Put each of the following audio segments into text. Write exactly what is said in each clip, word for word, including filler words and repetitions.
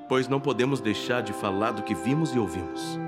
pois não podemos deixar de falar do que vimos e ouvimos.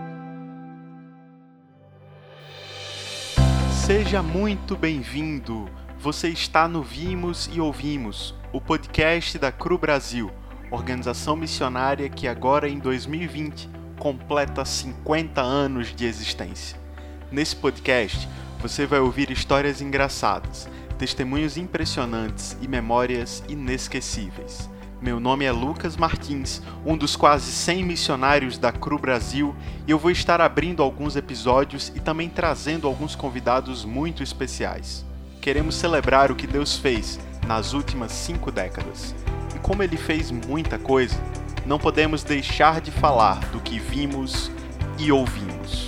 Seja muito bem-vindo! Você está no Vimos e Ouvimos, o podcast da C R U Brasil, organização missionária que agora em dois mil e vinte completa cinquenta anos de existência. Nesse podcast, você vai ouvir histórias engraçadas, testemunhos impressionantes e memórias inesquecíveis. Meu nome é Lucas Martins, um dos quase cem missionários da C R U Brasil, e eu vou estar abrindo alguns episódios e também trazendo alguns convidados muito especiais. Queremos celebrar o que Deus fez nas últimas cinco décadas. E como Ele fez muita coisa, não podemos deixar de falar do que vimos e ouvimos.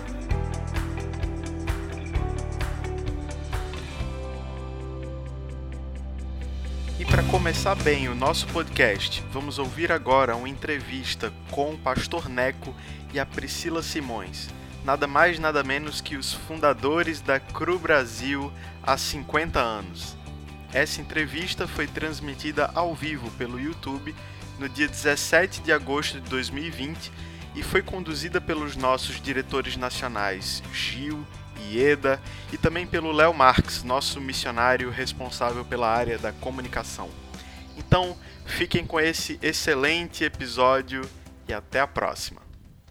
E para começar bem o nosso podcast, vamos ouvir agora uma entrevista com o pastor Neco e a Priscila Simões, nada mais nada menos que os fundadores da C R U Brasil há cinquenta anos. Essa entrevista foi transmitida ao vivo pelo YouTube no dia dezessete de agosto de dois mil e vinte e foi conduzida pelos nossos diretores nacionais Gil e Ieda e também pelo Léo Marques, nosso missionário responsável pela área da comunicação. Então, fiquem com esse excelente episódio e até a próxima.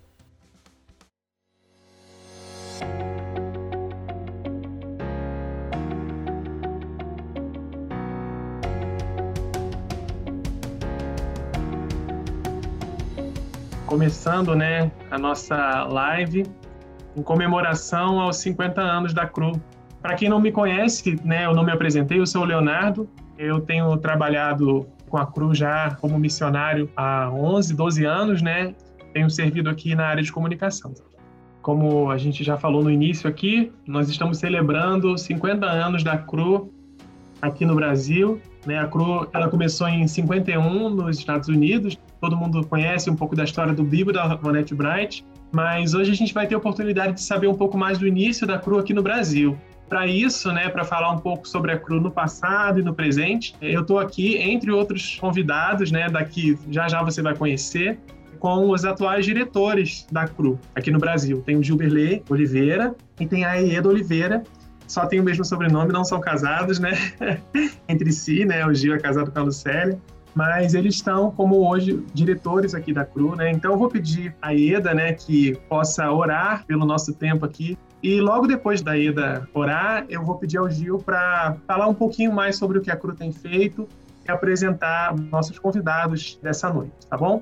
Começando, né, a nossa live em comemoração aos cinquenta anos da C R U. Para quem não me conhece, né, eu não me apresentei, eu sou o Leonardo. Eu tenho trabalhado com a C R U já como missionário há onze, doze anos, né? Tenho servido aqui na área de comunicação. Como a gente já falou no início aqui, nós estamos celebrando cinquenta anos da C R U aqui no Brasil, né? A C R U, ela começou em cinquenta e um nos Estados Unidos. Todo mundo conhece um pouco da história do Bibo, da Ronette Bright, mas hoje a gente vai ter a oportunidade de saber um pouco mais do início da C R U aqui no Brasil. Para isso, né, para falar um pouco sobre a C R U no passado e no presente, eu estou aqui, entre outros convidados, né, daqui já já você vai conhecer, com os atuais diretores da C R U aqui no Brasil. Tem o Gilberley Oliveira e tem a Ieda Oliveira, só tem o mesmo sobrenome, não são casados, né, entre si, né, o Gil é casado com a Lucélia. Mas eles estão como hoje diretores aqui da C R U, né? Então eu vou pedir a Ieda, né, que possa orar pelo nosso tempo aqui. E logo depois da Ieda orar, eu vou pedir ao Gil para falar um pouquinho mais sobre o que a C R U tem feito e apresentar nossos convidados dessa noite, tá bom?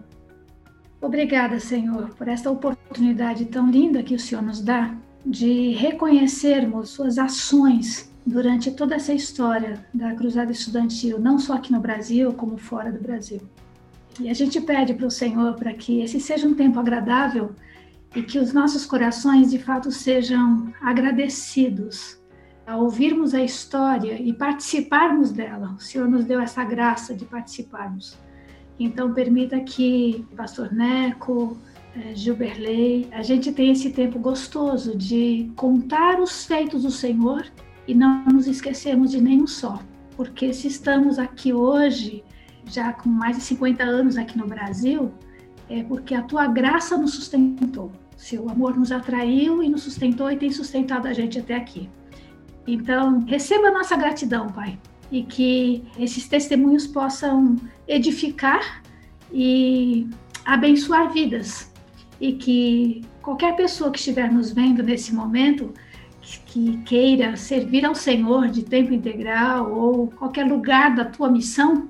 Obrigada, Senhor, por esta oportunidade tão linda que o Senhor nos dá de reconhecermos suas ações durante toda essa história da Cruzada Estudantil, não só aqui no Brasil, como fora do Brasil. E a gente pede para o Senhor para que esse seja um tempo agradável e que os nossos corações, de fato, sejam agradecidos ao ouvirmos a história e participarmos dela. O Senhor nos deu essa graça de participarmos. Então, permita que o pastor Neco, Gilberley, a gente tenha esse tempo gostoso de contar os feitos do Senhor e não nos esquecemos de nenhum só, porque se estamos aqui hoje, já com mais de cinquenta anos aqui no Brasil, é porque a tua graça nos sustentou. Seu amor nos atraiu e nos sustentou e tem sustentado a gente até aqui. Então, receba a nossa gratidão, Pai, e que esses testemunhos possam edificar e abençoar vidas, e que qualquer pessoa que estiver nos vendo nesse momento que queira servir ao Senhor de tempo integral ou qualquer lugar da tua missão,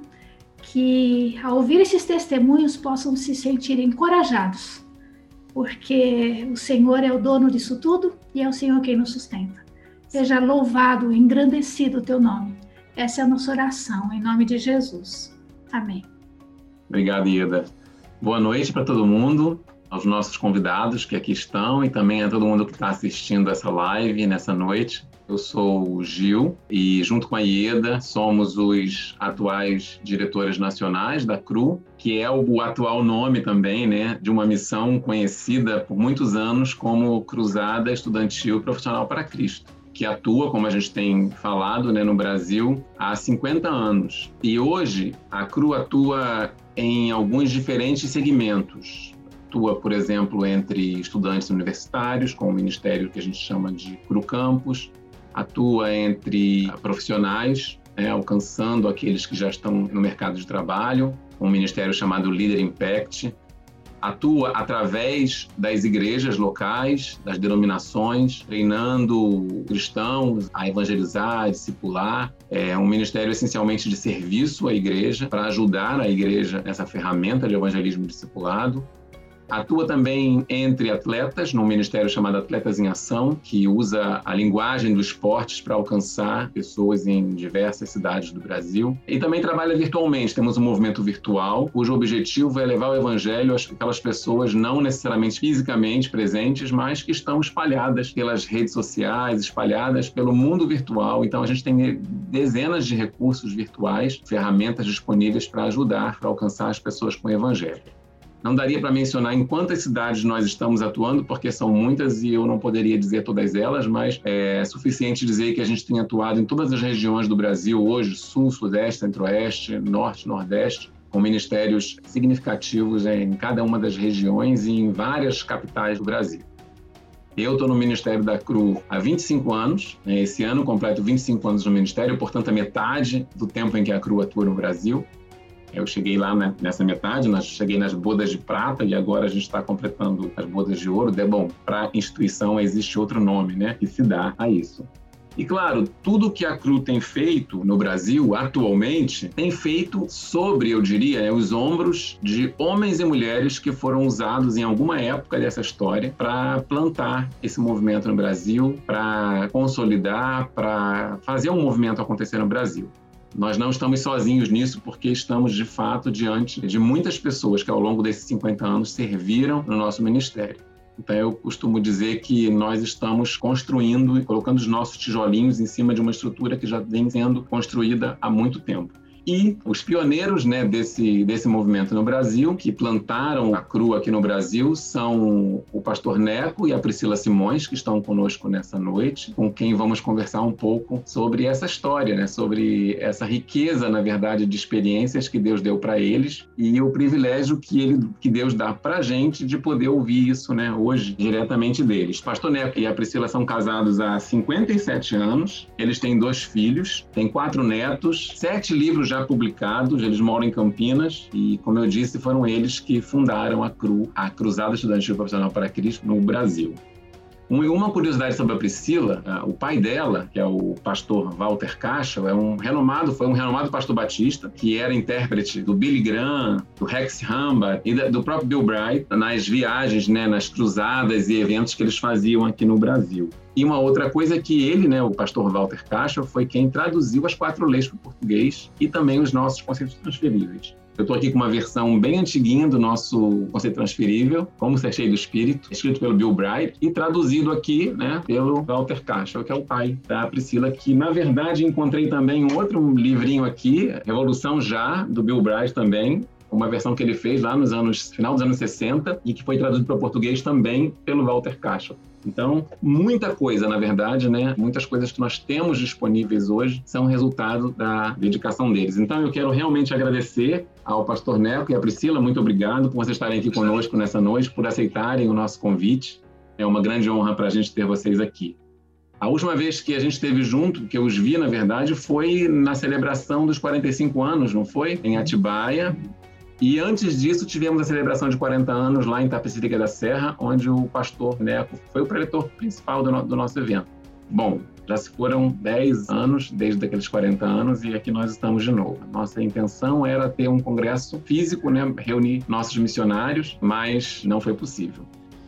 que ao ouvir esses testemunhos possam se sentir encorajados, porque o Senhor é o dono disso tudo e é o Senhor quem nos sustenta. Seja louvado, engrandecido o teu nome. Essa é a nossa oração, em nome de Jesus. Amém. Obrigado, Ieda. Boa noite para todo mundo, aos nossos convidados que aqui estão e também a todo mundo que está assistindo essa live nessa noite. Eu sou o Gil e, junto com a Ieda, somos os atuais diretores nacionais da C R U, que é o atual nome também, né, de uma missão conhecida por muitos anos como Cruzada Estudantil Profissional para Cristo, que atua, como a gente tem falado, né, no Brasil há cinquenta anos. E hoje a C R U atua em alguns diferentes segmentos. Atua, por exemplo, entre estudantes universitários, com o ministério que a gente chama de Cru Campus, atua entre profissionais, né, alcançando aqueles que já estão no mercado de trabalho, com um ministério chamado Leader Impact, atua através das igrejas locais, das denominações, treinando cristãos a evangelizar, a discipular. É um ministério essencialmente de serviço à igreja, para ajudar a igreja nessa ferramenta de evangelismo discipulado. Atua também entre atletas, num ministério chamado Atletas em Ação, que usa a linguagem dos esportes para alcançar pessoas em diversas cidades do Brasil. E também trabalha virtualmente. Temos um movimento virtual, cujo objetivo é levar o evangelho àquelas pessoas não necessariamente fisicamente presentes, mas que estão espalhadas pelas redes sociais, espalhadas pelo mundo virtual. Então, a gente tem dezenas de recursos virtuais, ferramentas disponíveis para ajudar, para alcançar as pessoas com o evangelho. Não daria para mencionar em quantas cidades nós estamos atuando, porque são muitas e eu não poderia dizer todas elas, mas é suficiente dizer que a gente tem atuado em todas as regiões do Brasil hoje, Sul, Sudeste, Centro-Oeste, Norte, Nordeste, com ministérios significativos em cada uma das regiões e em várias capitais do Brasil. Eu estou no Ministério da Cru há vinte e cinco anos, esse ano completo vinte e cinco anos no Ministério, portanto a metade do tempo em que a Cru atua no Brasil. Eu cheguei lá né, nessa metade, nós cheguei nas bodas de prata e agora a gente está completando as bodas de ouro. É bom, para a instituição existe outro nome, né, que se dá a isso. E claro, tudo que a Cru tem feito no Brasil atualmente tem feito sobre, eu diria, né, os ombros de homens e mulheres que foram usados em alguma época dessa história para plantar esse movimento no Brasil, para consolidar, para fazer um movimento acontecer no Brasil. Nós não estamos sozinhos nisso porque estamos, de fato, diante de muitas pessoas que, ao longo desses cinquenta anos, serviram no nosso ministério. Então, eu costumo dizer que nós estamos construindo e colocando os nossos tijolinhos em cima de uma estrutura que já vem sendo construída há muito tempo. E os pioneiros né, desse, desse movimento no Brasil, que plantaram a Cru aqui no Brasil, são o pastor Neco e a Priscila Simões, que estão conosco nessa noite, com quem vamos conversar um pouco sobre essa história, né, sobre essa riqueza, na verdade, de experiências que Deus deu para eles e o privilégio que, ele, que Deus dá para a gente de poder ouvir isso né, hoje, diretamente deles. Pastor Neco e a Priscila são casados há cinquenta e sete anos, eles têm dois filhos, têm quatro netos, sete livros já publicados, eles moram em Campinas e, como eu disse, foram eles que fundaram a Cru, a Cruzada Estudantil Profissional para Cristo no Brasil. Uma curiosidade sobre a Priscila, o pai dela, que é o pastor Walter Cashel, é um renomado, foi um renomado pastor batista, que era intérprete do Billy Graham, do Rex Humbard e do próprio Bill Bright nas viagens, né, nas cruzadas e eventos que eles faziam aqui no Brasil. E uma outra coisa é que ele, né, o pastor Walter Cashel, foi quem traduziu as quatro leis para o português e também os nossos conceitos transferíveis. Eu estou aqui com uma versão bem antiguinha do nosso conceito transferível, Como Ser Cheio do Espírito, escrito pelo Bill Bright e traduzido aqui né, pelo Walter Cashel, que é o pai da Priscila, que na verdade encontrei também um outro livrinho aqui, Revolução Já, do Bill Bright também, uma versão que ele fez lá nos anos, final dos anos sessenta e que foi traduzido para o português também pelo Walter Cashel. Então, muita coisa, na verdade, né? Muitas coisas que nós temos disponíveis hoje são resultado da dedicação deles. Então, eu quero realmente agradecer ao pastor Neco e à Priscila, muito obrigado por vocês estarem aqui conosco nessa noite, por aceitarem o nosso convite. É uma grande honra para a gente ter vocês aqui. A última vez que a gente esteve junto, que eu os vi, na verdade, foi na celebração dos quarenta e cinco anos, não foi? Em Atibaia. E antes disso, tivemos a celebração de quarenta anos lá em Itapecerica da Serra, onde o pastor Neco foi o preletor principal do, no, do nosso evento. Bom, já se foram dez anos desde aqueles quarenta anos e aqui nós estamos de novo. Nossa intenção era ter um congresso físico, né, reunir nossos missionários, mas não foi possível.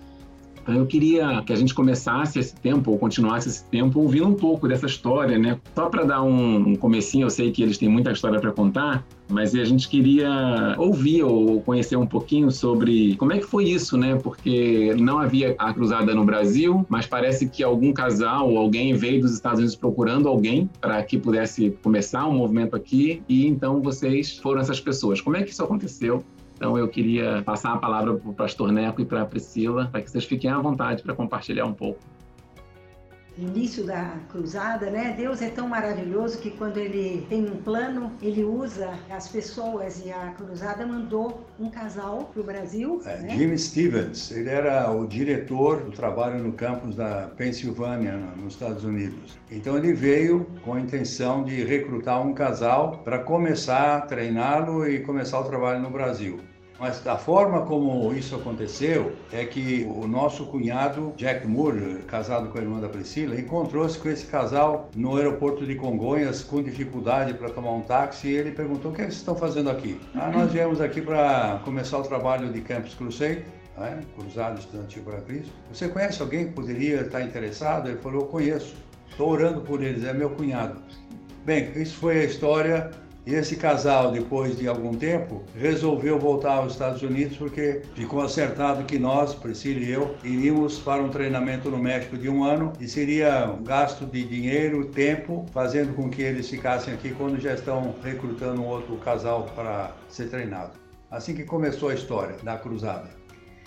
Então eu queria que a gente começasse esse tempo, ou continuasse esse tempo, ouvindo um pouco dessa história, né? Só para dar um, um comecinho, eu sei que eles têm muita história para contar, mas a gente queria ouvir ou conhecer um pouquinho sobre como é que foi isso, né? Porque não havia a cruzada no Brasil, mas parece que algum casal ou alguém veio dos Estados Unidos procurando alguém para que pudesse começar um movimento aqui, e então vocês foram essas pessoas. Como é que isso aconteceu? Então, eu queria passar a palavra para o pastor Neco e para a Priscila, para que vocês fiquem à vontade para compartilhar um pouco. início da cruzada, né? Deus é tão maravilhoso que quando ele tem um plano, ele usa as pessoas, e a cruzada mandou um casal para o Brasil. É, né? Jim Stevens, ele era o diretor do trabalho no campus da Pensilvânia, nos Estados Unidos. Então ele veio com a intenção de recrutar um casal para começar a treiná-lo e começar o trabalho no Brasil. Mas a forma como isso aconteceu é que o nosso cunhado, Jack Moore, casado com a irmã da Priscila, encontrou-se com esse casal no aeroporto de Congonhas com dificuldade para tomar um táxi, e ele perguntou: o que, é que vocês estão fazendo aqui? Ah, nós viemos aqui para começar o trabalho de Campus Crusade, né? Cruzada Estudantil para Cristo. Você conhece alguém que poderia estar interessado? Ele falou: eu conheço, estou orando por eles, é meu cunhado. Bem, isso foi a história. E esse casal, depois de algum tempo, resolveu voltar aos Estados Unidos porque ficou acertado que nós, Priscila e eu, iríamos para um treinamento no México de um ano e seria um gasto de dinheiro, tempo, fazendo com que eles ficassem aqui quando já estão recrutando um outro casal para ser treinado. Assim que começou a história da cruzada.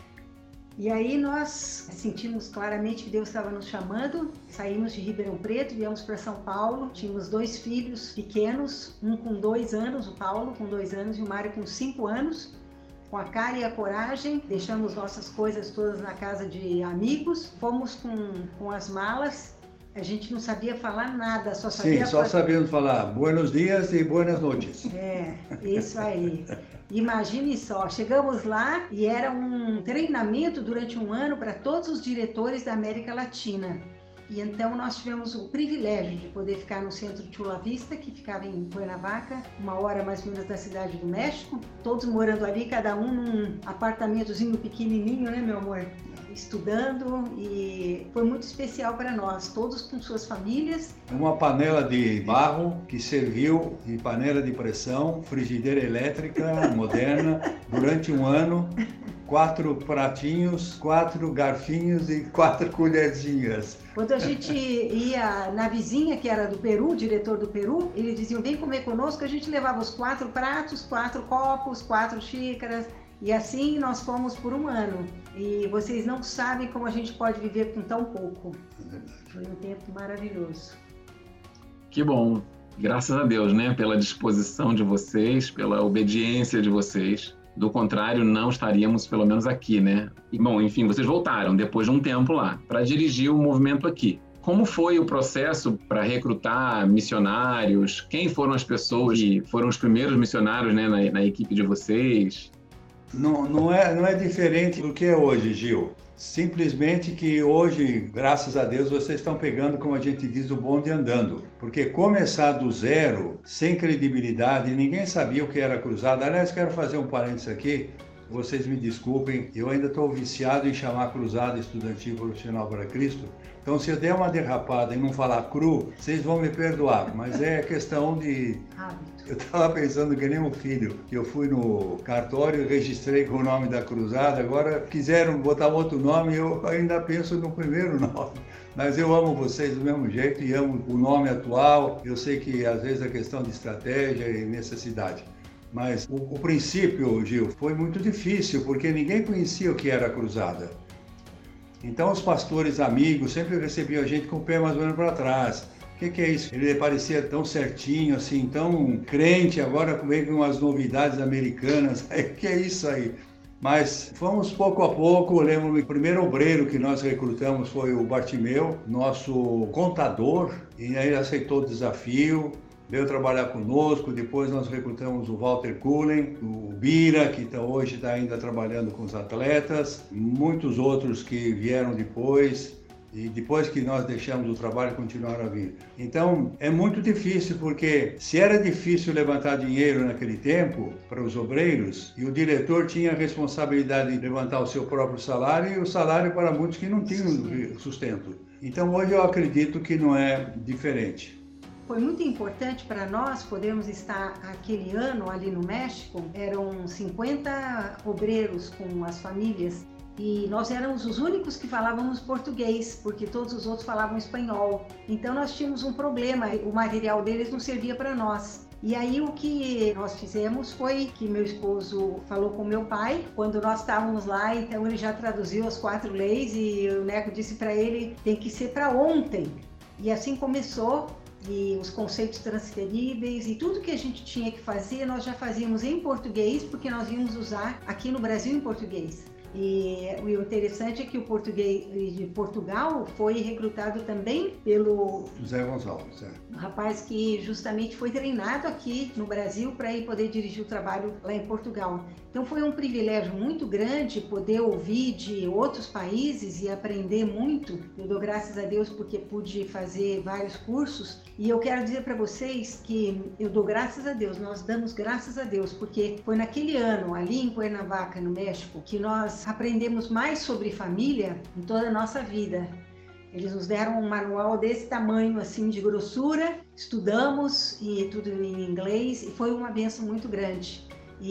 E aí nós sentimos claramente que Deus estava nos chamando, saímos de Ribeirão Preto, viemos para São Paulo, tínhamos dois filhos pequenos, um com dois anos, o Paulo com dois anos e o Mário com cinco anos. Com a cara e a coragem, deixamos nossas coisas todas na casa de amigos, fomos com, com as malas. A gente não sabia falar nada, só sabia... Sim, só fazer... sabíamos falar buenos dias e buenas noites. É, isso aí. Imagine só, chegamos lá e era um treinamento durante um ano para todos os diretores da América Latina. E então nós tivemos o privilégio de poder ficar no centro de Chula Vista, que ficava em Cuernavaca, uma hora mais ou menos da cidade do México, todos morando ali, cada um num apartamentozinho pequenininho, né, meu amor? Estudando, e foi muito especial para nós, todos com suas famílias. Uma panela de barro que serviu de panela de pressão, frigideira elétrica moderna, durante um ano, quatro pratinhos, quatro garfinhos e quatro colherzinhas. Quando a gente ia na vizinha, que era do Peru, o diretor do Peru, eles diziam: vem comer conosco, a gente levava os quatro pratos, quatro copos, quatro xícaras, e assim nós fomos por um ano. E vocês não sabem como a gente pode viver com tão pouco. Foi um tempo maravilhoso. Que bom. Graças a Deus, né? Pela disposição de vocês, pela obediência de vocês. Do contrário, não estaríamos pelo menos aqui, né? E, bom, enfim, vocês voltaram depois de um tempo lá para dirigir o movimento aqui. Como foi o processo para recrutar missionários? Quem foram as pessoas que foram os primeiros missionários, né, na, na equipe de vocês? Não, não, é, não é diferente do que é hoje, Gil. Simplesmente que hoje, graças a Deus, vocês estão pegando, como a gente diz, o bonde andando. Porque começar do zero, sem credibilidade, ninguém sabia o que era cruzada. Aliás, quero fazer um parênteses aqui, vocês me desculpem, eu ainda estou viciado em chamar Cruzada Estudantil Profissional para Cristo. Então, se eu der uma derrapada e não falar cru, vocês vão me perdoar, mas é questão de... Hábito. Eu estava pensando que nem um filho, que eu fui no cartório e registrei com o nome da cruzada, agora quiseram botar outro nome, eu ainda penso no primeiro nome. Mas eu amo vocês do mesmo jeito e amo o nome atual. Eu sei que às vezes é questão de estratégia e necessidade. Mas o, o princípio, Gil, foi muito difícil, porque ninguém conhecia o que era a cruzada. Então os pastores amigos sempre recebiam a gente com o pé mais ou menos para trás. O que, que é isso? Ele parecia tão certinho, assim, tão crente, agora vem com umas novidades americanas. O que é isso aí? Mas fomos pouco a pouco. Eu lembro, o primeiro obreiro que nós recrutamos foi o Bartimeu, nosso contador, e aí ele aceitou o desafio, veio trabalhar conosco. Depois nós recrutamos o Walter Cullen, o Bira, que tá, hoje está ainda trabalhando com os atletas, muitos outros que vieram depois. E depois que nós deixamos o trabalho, continuaram a vir. Então, é muito difícil, porque se era difícil levantar dinheiro naquele tempo para os obreiros, e o diretor tinha a responsabilidade de levantar o seu próprio salário, e o salário para muitos que não tinham sustento. Então, hoje eu acredito que não é diferente. Foi muito importante para nós podermos estar aquele ano ali no México. Eram cinquenta obreiros com as famílias. E nós éramos os únicos que falávamos português, porque todos os outros falavam espanhol. Então nós tínhamos um problema, o material deles não servia para nós. E aí o que nós fizemos foi que meu esposo falou com meu pai, quando nós estávamos lá, então ele já traduziu as quatro leis e o Neco disse para ele, tem que ser para ontem. E assim começou, e os conceitos transferíveis e tudo que a gente tinha que fazer, nós já fazíamos em português, porque nós íamos usar aqui no Brasil em português. E o interessante é que o português de Portugal foi recrutado também pelo José Gonçalves, é. um rapaz que justamente foi treinado aqui no Brasil para ir poder dirigir o trabalho lá em Portugal. Então foi um privilégio muito grande poder ouvir de outros países e aprender muito. Eu dou graças a Deus porque pude fazer vários cursos e eu quero dizer para vocês que eu dou graças a Deus, nós damos graças a Deus, porque foi naquele ano, ali em Cuernavaca, no México, que nós aprendemos mais sobre família em toda a nossa vida. Eles nos deram um manual desse tamanho, assim, de grossura, estudamos e tudo em inglês e foi uma bênção muito grande.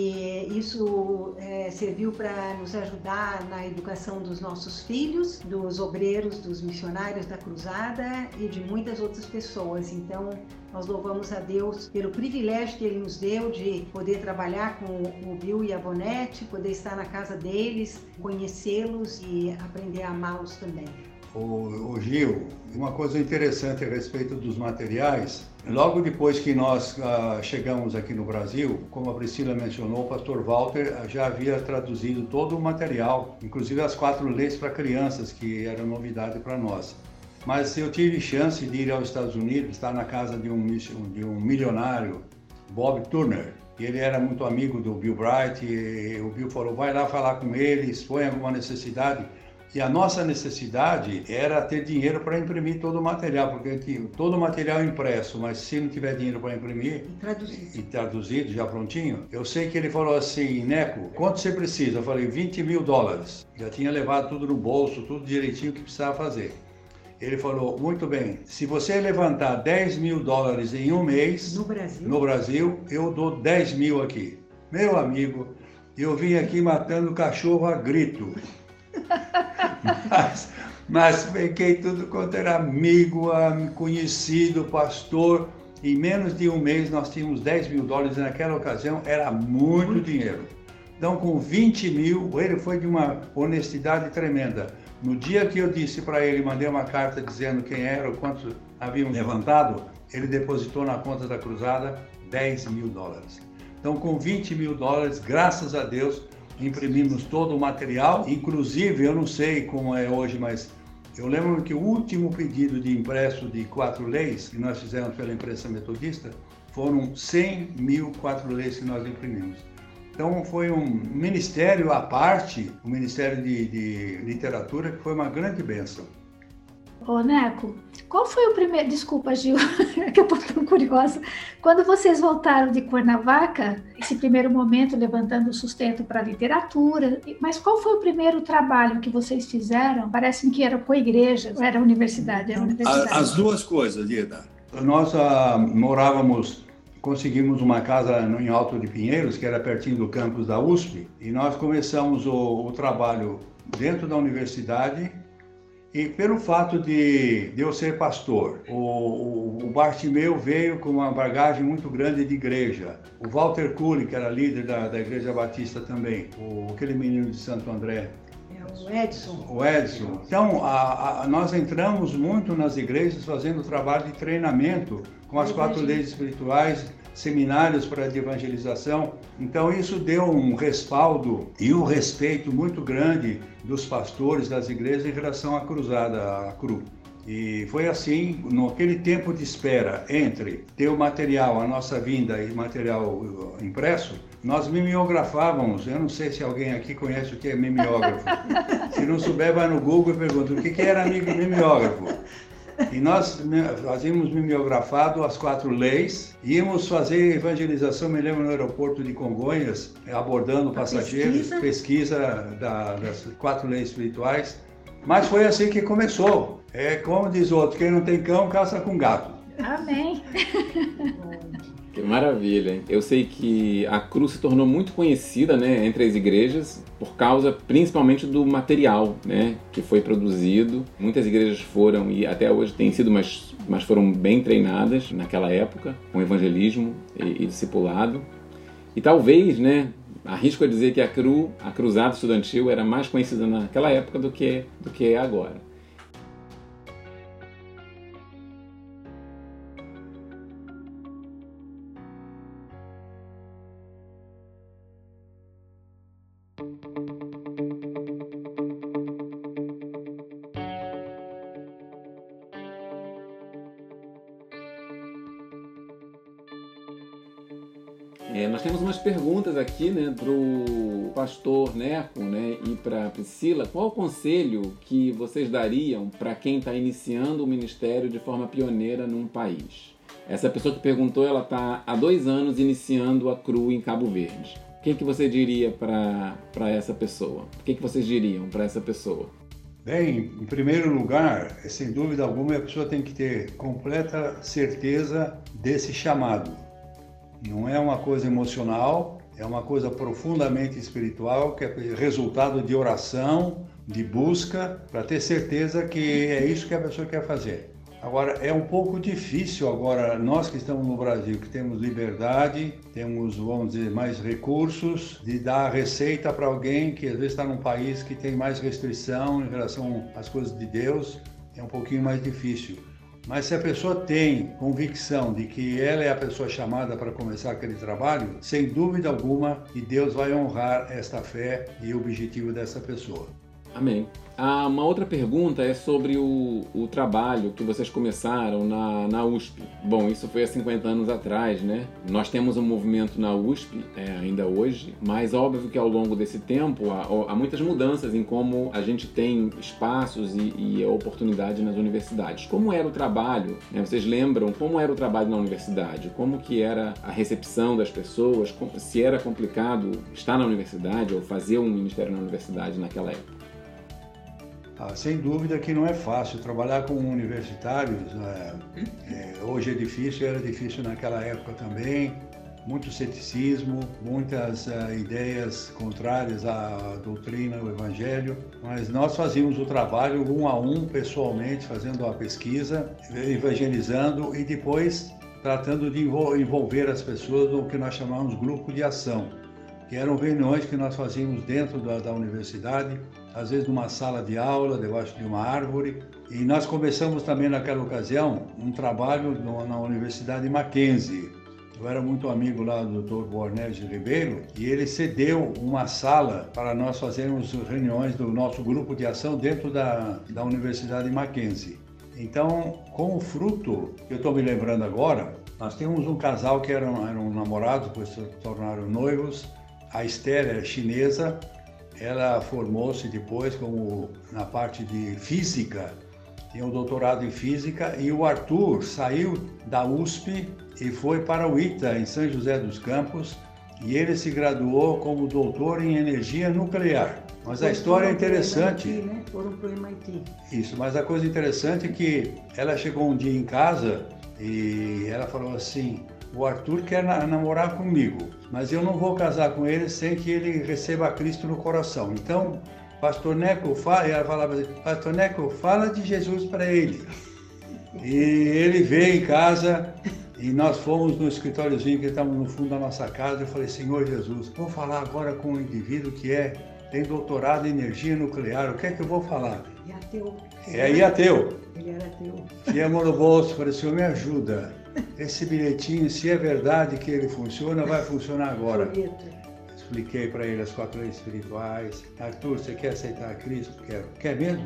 E isso é, serviu para nos ajudar na educação dos nossos filhos, dos obreiros, dos missionários da Cruzada e de muitas outras pessoas. Então, nós louvamos a Deus pelo privilégio que Ele nos deu de poder trabalhar com o Bill e a Bonete, poder estar na casa deles, conhecê-los e aprender a amá-los também. O, o Gil, uma coisa interessante a respeito dos materiais, logo depois que nós uh, chegamos aqui no Brasil, como a Priscila mencionou, o pastor Walter já havia traduzido todo o material, inclusive as quatro leis para crianças, que era novidade para nós. Mas eu tive chance de ir aos Estados Unidos, estar na casa de um, de um milionário, Bob Turner. Ele era muito amigo do Bill Bright, e o Bill falou, vai lá falar com eles, põe alguma necessidade. E a nossa necessidade era ter dinheiro para imprimir todo o material, porque tinha todo o material impresso, mas se não tiver dinheiro para imprimir e traduzido. e traduzido, já prontinho, eu sei que ele falou assim, Neco, quanto você precisa? Eu falei, vinte mil dólares. Já tinha levado tudo no bolso, tudo direitinho que precisava fazer. Ele falou, muito bem, se você levantar dez mil dólares em um mês, no Brasil, no Brasil eu dou dez mil aqui. Meu amigo, eu vim aqui matando cachorro a grito. Mas, mas peguei tudo quanto era amigo, conhecido, pastor. Em menos de um mês nós tínhamos dez mil dólares e naquela ocasião era muito dinheiro. Então com vinte mil, ele foi de uma honestidade tremenda. No dia que eu disse para ele, mandei uma carta dizendo quem era, quanto haviam levantado, ele depositou na conta da Cruzada dez mil dólares. Então com vinte mil dólares, graças a Deus, imprimimos todo o material, inclusive, eu não sei como é hoje, mas eu lembro que o último pedido de impresso de quatro leis que nós fizemos pela imprensa metodista foram cem mil quatro leis que nós imprimimos. Então foi um ministério à parte, o Ministério de, de Literatura, que foi uma grande bênção. Ô, Neco, qual foi o primeiro... Desculpa, Gil, que eu estou tão curiosa. Quando vocês voltaram de Cuernavaca, esse primeiro momento levantando o sustento para a literatura, mas qual foi o primeiro trabalho que vocês fizeram? Parece-me que era com a igreja, ou era a universidade? Era a universidade. As duas coisas, Lida. Nós ah, morávamos, conseguimos uma casa em Alto de Pinheiros, que era pertinho do campus da U S P, e nós começamos o, o trabalho dentro da universidade. E pelo fato de, de eu ser pastor, o, o, o Bartimeu veio com uma bagagem muito grande de igreja. O Walter Cooley, que era líder da, da Igreja Batista também, o, aquele menino de Santo André. É o Edson. O Edson. Então, a, a, nós entramos muito nas igrejas fazendo trabalho de treinamento com as quatro leis espirituais, seminários para de evangelização. Então isso deu um respaldo e um respeito muito grande dos pastores das igrejas em relação à cruzada, à cru. E foi assim, naquele tempo de espera entre ter o material, a nossa vinda e material impresso, nós mimeografávamos. Eu não sei se alguém aqui conhece o que é mimeógrafo. Se não souber, vai no Google e pergunta o que era mimeógrafo. E nós fazíamos mimeografado as quatro leis, íamos fazer evangelização, me lembro, no aeroporto de Congonhas, abordando passageiros, pesquisa, pesquisa da, das quatro leis espirituais. Mas foi assim que começou. É como diz o outro, quem não tem cão, caça com gato. Amém. Que maravilha, hein? Eu sei que a cruz se tornou muito conhecida, né, entre as igrejas por causa principalmente do material, né, que foi produzido. Muitas igrejas foram, e até hoje têm sido, mas, mas foram bem treinadas naquela época, com evangelismo e, e discipulado. E talvez, né, arrisco a dizer que a cru, a cruzada estudantil era mais conhecida naquela época do que, do que é agora. É, nós temos umas perguntas aqui, né, para o pastor Neco, né, e para a Priscila. Qual o conselho que vocês dariam para quem está iniciando o ministério de forma pioneira num país? Essa pessoa que perguntou, ela está há dois anos iniciando a C R U em Cabo Verde. O que, que você diria para essa pessoa? O que, que vocês diriam para essa pessoa? Bem, em primeiro lugar, sem dúvida alguma, a pessoa tem que ter completa certeza desse chamado. Não é uma coisa emocional, é uma coisa profundamente espiritual, que é resultado de oração, de busca, para ter certeza que é isso que a pessoa quer fazer. Agora, é um pouco difícil agora, nós que estamos no Brasil, que temos liberdade, temos, vamos dizer, mais recursos, de dar a receita para alguém que às vezes está num país que tem mais restrição em relação às coisas de Deus, é um pouquinho mais difícil. Mas se a pessoa tem convicção de que ela é a pessoa chamada para começar aquele trabalho, sem dúvida alguma, que Deus vai honrar esta fé e o objetivo dessa pessoa. Amém. Ah, uma outra pergunta é sobre o, o trabalho que vocês começaram na, na U S P. Bom, isso foi há cinquenta anos atrás, né? Nós temos um movimento na U S P é, ainda hoje, mas óbvio que ao longo desse tempo há, há muitas mudanças em como a gente tem espaços e, e oportunidade nas universidades. Como era o trabalho? Né? Vocês lembram como era o trabalho na universidade? Como que era a recepção das pessoas? Se era complicado estar na universidade ou fazer um ministério na universidade naquela época? Ah, sem dúvida que não é fácil trabalhar com universitários. É, é, hoje é difícil, era difícil naquela época também. Muito ceticismo, muitas uh, ideias contrárias à doutrina, ao evangelho. Mas nós fazíamos o trabalho um a um, pessoalmente, fazendo a pesquisa, evangelizando e depois tratando de envolver as pessoas no que nós chamamos grupo de ação, que eram reuniões que nós fazíamos dentro da, da universidade, às vezes numa sala de aula, debaixo de uma árvore. E nós começamos também naquela ocasião um trabalho no, na Universidade Mackenzie. Eu era muito amigo lá do doutor Borges Ribeiro e ele cedeu uma sala para nós fazermos reuniões do nosso grupo de ação dentro da, da Universidade Mackenzie. Então, com o fruto, que eu estou me lembrando agora, nós temos um casal que eram, eram namorados, depois se tornaram noivos. A Esther é chinesa, ela formou-se depois como na parte de física, tinha um doutorado em física, e o Arthur saiu da U S P e foi para o I T A, em São José dos Campos, e ele se graduou como doutor em energia nuclear. Mas a história é interessante. Né? Foram para o M I T. Isso, mas a coisa interessante é que ela chegou um dia em casa e ela falou assim: o Arthur quer na namorar comigo, mas eu não vou casar com ele sem que ele receba Cristo no coração. Então, Pastor Neco, fala, ela falava assim, Pastor Neco, fala de Jesus para ele. E ele veio em casa e nós fomos no escritóriozinho que estava no fundo da nossa casa. Eu falei: Senhor Jesus, vou falar agora com um indivíduo que é, tem doutorado em energia nuclear, o que é que eu vou falar? E ateu. É, e ateu. Ele era ateu. Tinha a mão no bolso, falei: Senhor, me ajuda. Esse bilhetinho, se é verdade que ele funciona, vai funcionar agora. Expliquei para ele as quatro leis espirituais. Arthur, você quer aceitar Cristo? Quero. Quer mesmo?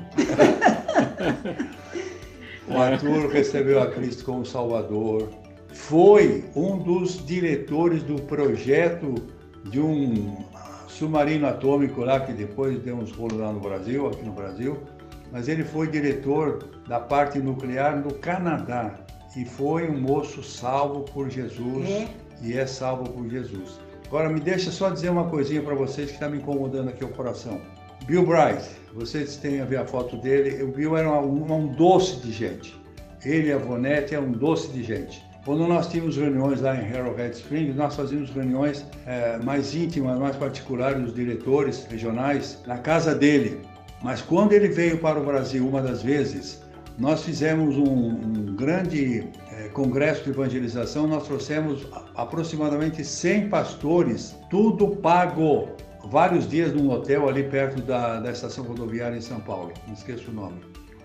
O Arthur recebeu a Cristo como Salvador. Foi um dos diretores do projeto de um submarino atômico lá, que depois deu uns rolos lá no Brasil, aqui no Brasil. Mas ele foi diretor da parte nuclear no Canadá. E foi um moço salvo por Jesus, é. E é salvo por Jesus. Agora me deixa só dizer uma coisinha para vocês que está me incomodando aqui o coração. Bill Bright, vocês têm a ver a foto dele, o Bill era um, um doce de gente. Ele e a Vonete eram um doce de gente. Quando nós tínhamos reuniões lá em Arrowhead Springs, nós fazíamos reuniões é, mais íntimas, mais particulares dos diretores regionais na casa dele. Mas quando ele veio para o Brasil uma das vezes, nós fizemos um, um grande é, congresso de evangelização, nós trouxemos aproximadamente cem pastores, tudo pago, vários dias num hotel ali perto da, da estação rodoviária em São Paulo, não esqueço o nome.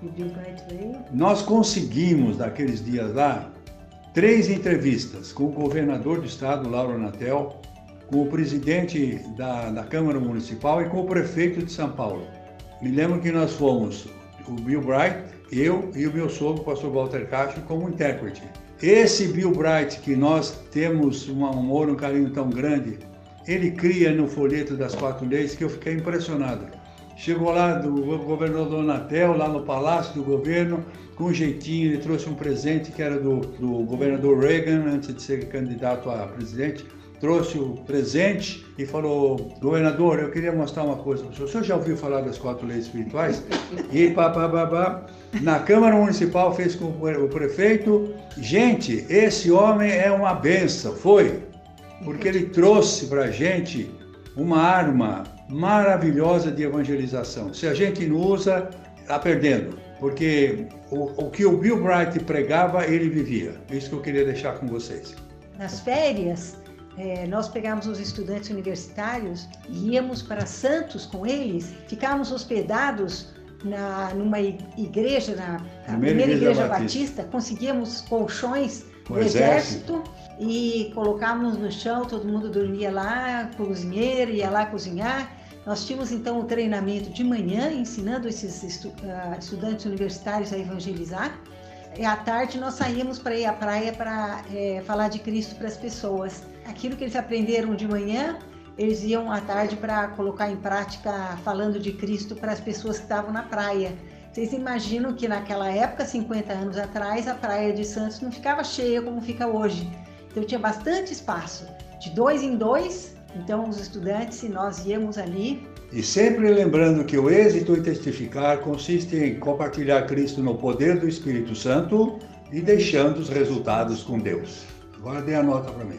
Nós conseguimos, naqueles dias lá, três entrevistas com o governador do estado, Lauro Natel, com o presidente da, da Câmara Municipal e com o prefeito de São Paulo. Me lembro que nós fomos, o Bill Bright, eu e o meu sogro, o pastor Walter Castro, como intérprete. Esse Bill Bright, que nós temos um amor, um carinho tão grande, ele cria no folheto das quatro leis que eu fiquei impressionado. Chegou lá do governador Natel, lá no Palácio do Governo, com um jeitinho, ele trouxe um presente que era do, do governador Reagan, antes de ser candidato a presidente, trouxe o presente e falou: governador, eu queria mostrar uma coisa para o senhor. O senhor já ouviu falar das quatro leis espirituais? E pá, pá, pá, pá. Na Câmara Municipal fez com o prefeito. Gente, esse homem é uma benção, foi, porque ele trouxe para a gente uma arma maravilhosa de evangelização. Se a gente não usa, está perdendo, porque o, o que o Bill Bright pregava, ele vivia. Isso que eu queria deixar com vocês. Nas férias, É, nós pegávamos os estudantes universitários e íamos para Santos com eles, ficávamos hospedados na, numa igreja, na a primeira igreja, igreja Batista. Batista, conseguíamos colchões do exército. exército e colocávamos no chão, todo mundo dormia lá, cozinheiro ia lá cozinhar. Nós tínhamos então o treinamento de manhã, ensinando esses estu, uh, estudantes universitários a evangelizar. E à tarde nós saímos para ir à praia para é, falar de Cristo para as pessoas. Aquilo que eles aprenderam de manhã, eles iam à tarde para colocar em prática falando de Cristo para as pessoas que estavam na praia. Vocês imaginam que naquela época, cinquenta anos atrás, a praia de Santos não ficava cheia como fica hoje. Então tinha bastante espaço, de dois em dois. Então os estudantes e nós íamos ali. E sempre lembrando que o êxito em testificar consiste em compartilhar Cristo no poder do Espírito Santo e deixando os resultados com Deus. Agora dê a nota para mim.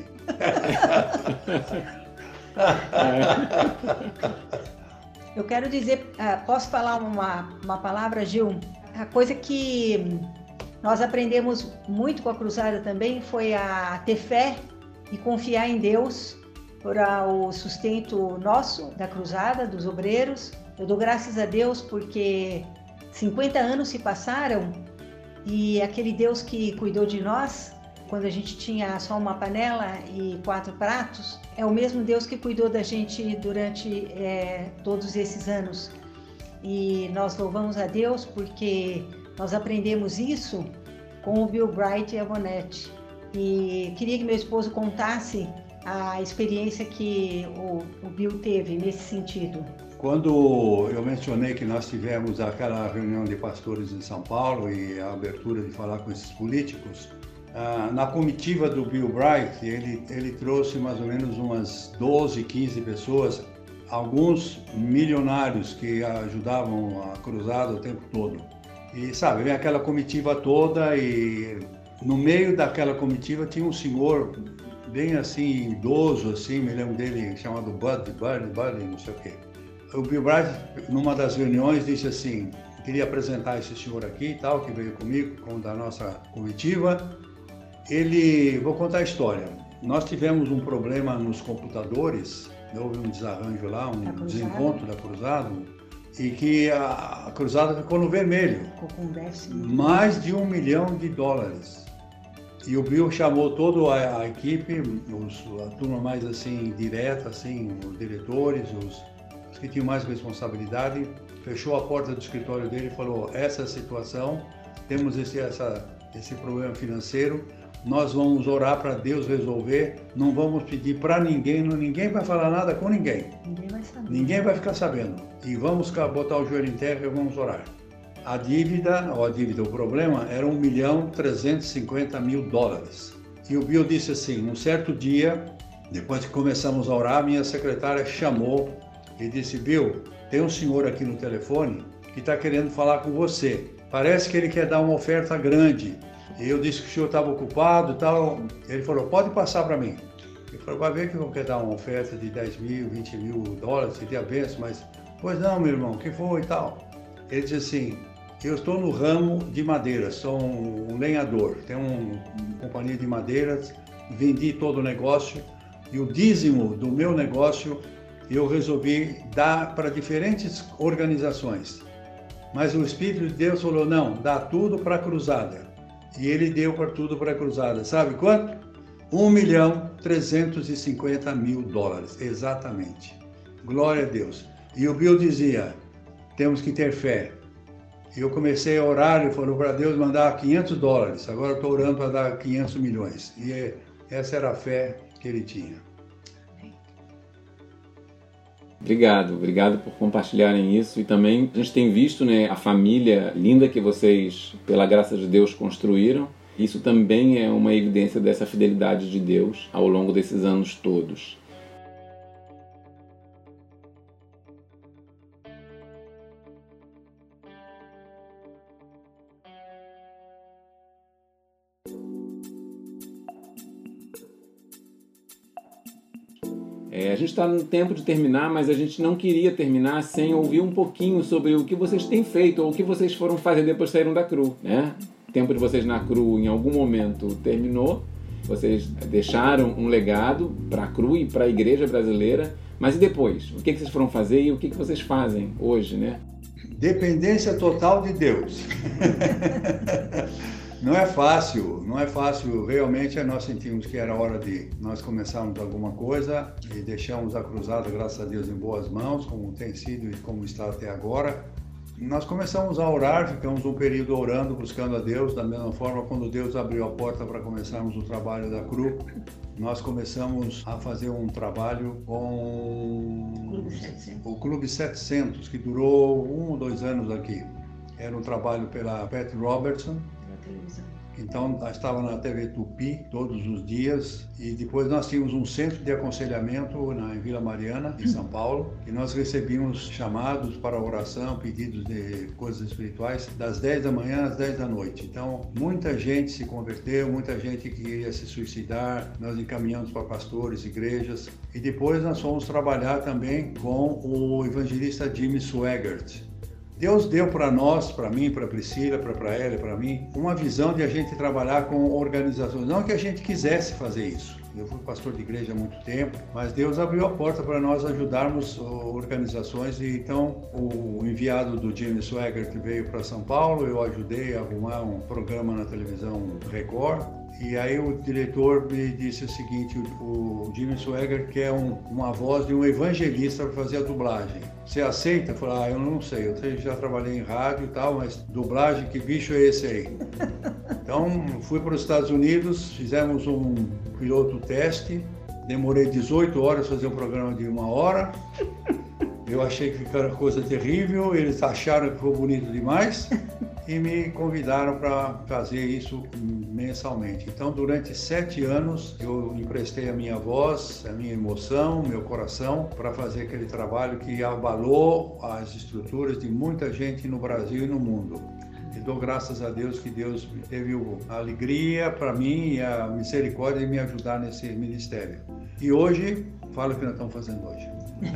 Eu quero dizer, posso falar uma, uma palavra, Gil? A coisa que nós aprendemos muito com a Cruzada também foi a ter fé e confiar em Deus para o sustento nosso, da Cruzada, dos obreiros. Eu dou graças a Deus porque cinquenta anos se passaram e aquele Deus que cuidou de nós, quando a gente tinha só uma panela e quatro pratos, é o mesmo Deus que cuidou da gente durante é, todos esses anos. E nós louvamos a Deus porque nós aprendemos isso com o Bill Bright e a Vonete. E queria que meu esposo contasse a experiência que o, o Bill teve nesse sentido. Quando eu mencionei que nós tivemos aquela reunião de pastores em São Paulo e a abertura de falar com esses políticos, ah, na comitiva do Bill Bright, ele, ele trouxe mais ou menos umas doze, quinze pessoas, alguns milionários que ajudavam a Cruzada o tempo todo. E sabe, vem aquela comitiva toda e no meio daquela comitiva tinha um senhor bem assim, idoso, assim, me lembro dele, chamado Bud, Bud, Bud, não sei o quê. O Bill Bright, numa das reuniões, disse assim, queria apresentar esse senhor aqui e tal, que veio comigo, como da nossa comitiva. Ele, vou contar a história, nós tivemos um problema nos computadores, houve um desarranjo lá, um desencontro da Cruzada, e que a, a Cruzada ficou no vermelho, ficou com déficit. Mais de um milhão de dólares. E o Bill chamou toda a, a equipe, os, a turma mais assim direta, assim, os diretores, os, os que tinham mais responsabilidade, fechou a porta do escritório dele e falou: essa situação, temos esse, essa, esse problema financeiro, nós vamos orar para Deus resolver, não vamos pedir para ninguém, não, ninguém vai falar nada com ninguém. Ninguém vai saber. Ninguém vai ficar sabendo. E vamos botar o joelho em terra e vamos orar. A dívida, ou a dívida, o problema, era um milhão trezentos e cinquenta mil dólares. E o Bill disse assim, um certo dia, depois que começamos a orar, minha secretária chamou e disse: Bill, tem um senhor aqui no telefone que está querendo falar com você. Parece que ele quer dar uma oferta grande. E eu disse que o senhor estava ocupado e tal. Ele falou, pode passar para mim. Eu falei, vai ver que eu quero dar uma oferta de dez mil, vinte mil dólares, seria a benção, mas... Pois não, meu irmão, o que foi e tal? Ele disse assim, eu estou no ramo de madeira, sou um, um lenhador, tenho um, uma companhia de madeiras, vendi todo o negócio e o dízimo do meu negócio eu resolvi dar para diferentes organizações. Mas o Espírito de Deus falou, não, dá tudo para a cruzada. E ele deu para tudo para a cruzada. Sabe quanto? um milhão trezentos e cinquenta mil dólares, exatamente. Glória a Deus. E o Bill dizia, temos que ter fé. E eu comecei a orar e falou para Deus mandar quinhentos dólares. Agora eu estou orando para dar quinhentos milhões. E essa era a fé que ele tinha. Obrigado, obrigado por compartilharem isso. E também a gente tem visto, né, a família linda que vocês, pela graça de Deus, construíram. Isso também é uma evidência dessa fidelidade de Deus ao longo desses anos todos. É, a gente está no tempo de terminar, mas a gente não queria terminar sem ouvir um pouquinho sobre o que vocês têm feito ou o que vocês foram fazer depois que saíram da Cru, né? O tempo de vocês na Cru em algum momento terminou, vocês deixaram um legado para a Cru e para a igreja brasileira, mas e depois? O que, que vocês foram fazer e o que, que vocês fazem hoje, né? Dependência total de Deus. Não é fácil, não é fácil. Realmente nós sentimos que era hora de nós começarmos alguma coisa e deixamos a cruzada, graças a Deus, em boas mãos, como tem sido e como está até agora. Nós começamos a orar, ficamos um período orando, buscando a Deus, da mesma forma quando Deus abriu a porta para começarmos o trabalho da Cru, nós começamos a fazer um trabalho com o Clube setecentos, que durou um ou dois anos aqui. Era um trabalho pela Pat Robertson. Então, estava na T V Tupi todos os dias e depois nós tínhamos um centro de aconselhamento na, em Vila Mariana, em São Paulo, e nós recebíamos chamados para oração, pedidos de coisas espirituais, das dez da manhã às dez da noite. Então, muita gente se converteu, muita gente queria se suicidar, nós encaminhamos para pastores, igrejas, e depois nós fomos trabalhar também com o evangelista Jimmy Swaggart. Deus deu para nós, para mim, para a Priscila, para ela e para mim, uma visão de a gente trabalhar com organizações. Não que a gente quisesse fazer isso. Eu fui pastor de igreja há muito tempo, mas Deus abriu a porta para nós ajudarmos organizações. E então, o enviado do Jimmy Swaggart veio para São Paulo, eu ajudei a arrumar um programa na televisão Record. E aí o diretor me disse o seguinte, o Jimmy Swaggart quer um, uma voz de um evangelista para fazer a dublagem. Você aceita? Eu falei, ah, eu não sei, eu já trabalhei em rádio e tal, mas dublagem, que bicho é esse aí? Então fui para os Estados Unidos, fizemos um piloto teste, demorei dezoito horas para fazer um programa de uma hora. Eu achei que era coisa terrível, eles acharam que foi bonito demais e me convidaram para fazer isso mensalmente. Então, durante sete anos, eu emprestei a minha voz, a minha emoção, meu coração, para fazer aquele trabalho que abalou as estruturas de muita gente no Brasil e no mundo. E dou graças a Deus que Deus teve a alegria para mim e a misericórdia de me ajudar nesse ministério. E hoje, falo o que nós estamos fazendo hoje.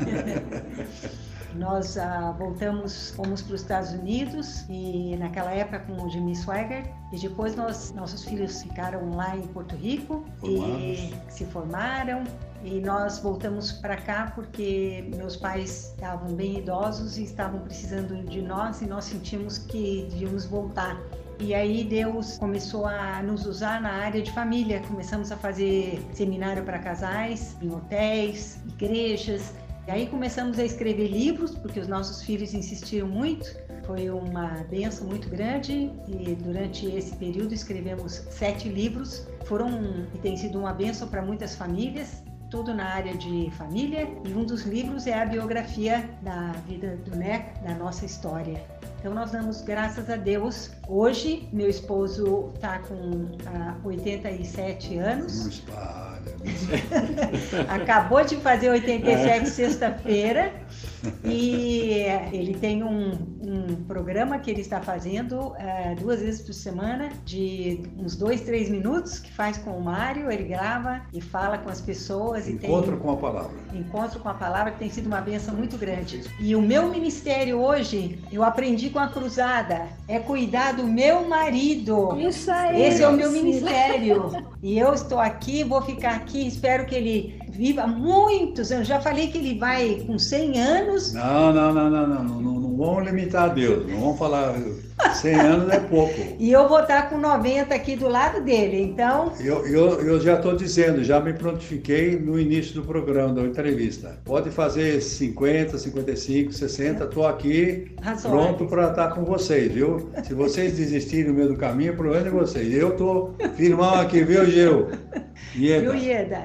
Nós ah, voltamos, fomos para os Estados Unidos e naquela época com o Jimmy Swaggart e depois nós, nossos filhos ficaram lá em Porto Rico Formados. E se formaram e nós voltamos para cá porque meus pais estavam bem idosos e estavam precisando de nós e nós sentimos que devíamos voltar. E aí Deus começou a nos usar na área de família, começamos a fazer seminário para casais, em hotéis, igrejas. E aí começamos a escrever livros, porque os nossos filhos insistiram muito. Foi uma bênção muito grande e durante esse período escrevemos sete livros. Foram e tem sido uma bênção para muitas famílias, tudo na área de família. E um dos livros é a biografia da vida do Neco, da nossa história. Então nós damos graças a Deus. Hoje meu esposo está com ah, oitenta e sete anos. Não espalha. Acabou de fazer oitenta e sete sexta-feira E ele tem um, um programa que ele está fazendo uh, duas vezes por semana, de uns dois, três minutos, que faz com o Mário, ele grava e fala com as pessoas. Encontro e tem, com a palavra. Encontro com a palavra, que tem sido uma bênção muito grande. E o meu ministério hoje, eu aprendi com a cruzada, é cuidar do meu marido. Isso aí. Esse é o meu ministério. E eu estou aqui, vou ficar aqui, espero que ele viva muitos anos. Já falei que ele vai com cem anos. Não, não, não, não, não, não, não, não vamos limitar a Deus, não vamos falar cem anos é pouco. E eu vou estar com noventa aqui do lado dele, então... Eu, eu, eu já estou dizendo, já me prontifiquei no início do programa, da entrevista. Pode fazer cinquenta, cinquenta e cinco, sessenta, estou aqui pronto para estar com vocês, viu? Se vocês desistirem no meio do caminho, o problema é de vocês. Eu estou firmão aqui, viu, Gil? Ieda. Viu, Ieda?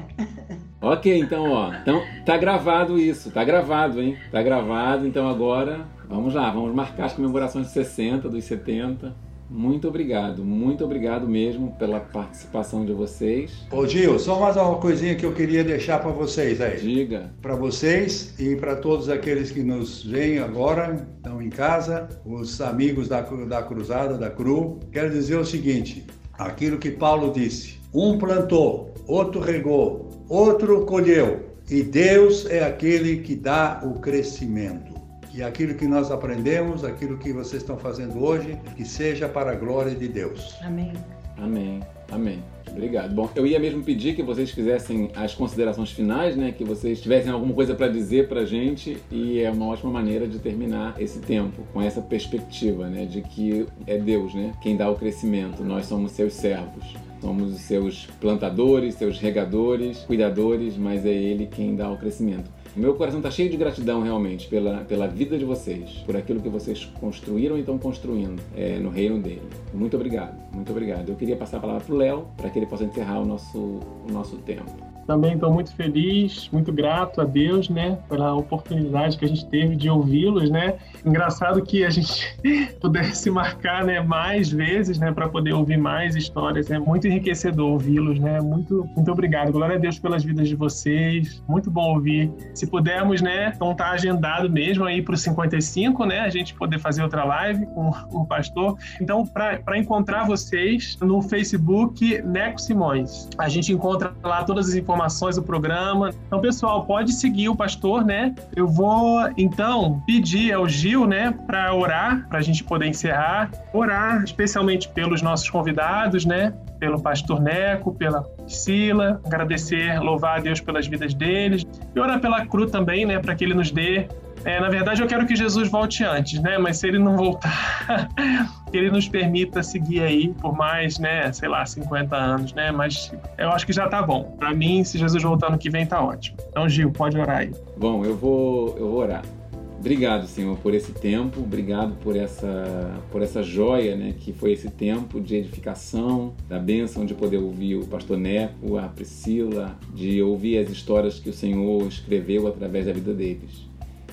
Ok, então, ó, então tá gravado isso, tá gravado, hein? Tá gravado, então agora, vamos lá, vamos marcar as comemorações de sessenta, dos setenta. Muito obrigado, muito obrigado mesmo pela participação de vocês. Ô Gil, só mais uma coisinha que eu queria deixar para vocês aí. Diga. Para vocês e para todos aqueles que nos veem agora, estão em casa, os amigos da, da Cruzada, da Cru, quero dizer o seguinte, aquilo que Paulo disse, um plantou, outro regou, outro colheu, e Deus é aquele que dá o crescimento. E aquilo que nós aprendemos, aquilo que vocês estão fazendo hoje, que seja para a glória de Deus. Amém. Amém. Amém. Obrigado. Bom, eu ia mesmo pedir que vocês fizessem as considerações finais, né? Que vocês tivessem alguma coisa para dizer para a gente, e é uma ótima maneira de terminar esse tempo, com essa perspectiva, né? De que é Deus, né? Quem dá o crescimento, nós somos seus servos. Somos os seus plantadores, seus regadores, cuidadores, mas é Ele quem dá o crescimento. O meu coração está cheio de gratidão realmente pela, pela vida de vocês, por aquilo que vocês construíram e estão construindo é, no reino dele. Muito obrigado, muito obrigado. Eu queria passar a palavra para o Léo, para que ele possa encerrar o nosso, o nosso tempo. Também estou muito feliz, muito grato a Deus, né, pela oportunidade que a gente teve de ouvi-los, né. Engraçado que a gente pudesse marcar, né, mais vezes, né, para poder ouvir mais histórias. É muito enriquecedor ouvi-los, né. Muito, muito obrigado. Glória a Deus pelas vidas de vocês. Muito bom ouvir. Se pudermos, né, então tá agendado mesmo aí para os cinquenta e cinco, né, a gente poder fazer outra live com, com o pastor. Então, para encontrar vocês no Facebook, Neco Simões. A gente encontra lá todas as informações informações do programa. Então, pessoal, pode seguir o pastor, né? Eu vou, então, pedir ao Gil, né, para orar, para a gente poder encerrar. Orar especialmente pelos nossos convidados, né? Pelo pastor Neco, pela Priscila, agradecer, louvar a Deus pelas vidas deles. E orar pela Cru também, né, para que ele nos dê. É, na verdade, eu quero que Jesus volte antes, né? Mas se ele não voltar, que ele nos permita seguir aí por mais, né, sei lá, cinquenta anos, né? Mas eu acho que já tá bom. Para mim, se Jesus voltar no que vem, tá ótimo. Então, Gil, pode orar aí. Bom, eu vou, eu vou orar. Obrigado, Senhor, por esse tempo. Obrigado por essa, por essa joia, né, que foi esse tempo de edificação, da bênção de poder ouvir o pastor Neco, a Priscila, de ouvir as histórias que o Senhor escreveu através da vida deles.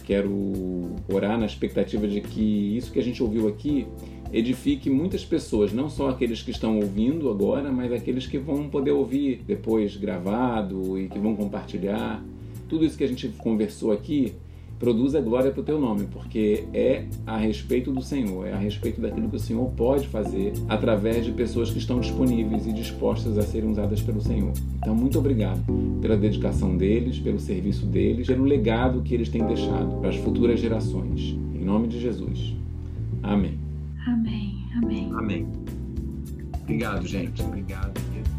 Quero orar na expectativa de que isso que a gente ouviu aqui edifique muitas pessoas, não só aqueles que estão ouvindo agora, mas aqueles que vão poder ouvir depois gravado e que vão compartilhar. Tudo isso que a gente conversou aqui produz a glória para o teu nome, porque é a respeito do Senhor, é a respeito daquilo que o Senhor pode fazer através de pessoas que estão disponíveis e dispostas a serem usadas pelo Senhor. Então, muito obrigado pela dedicação deles, pelo serviço deles, pelo legado que eles têm deixado para as futuras gerações. Em nome de Jesus. Amém. Amém. Amém. Amém. Obrigado, gente. Obrigado.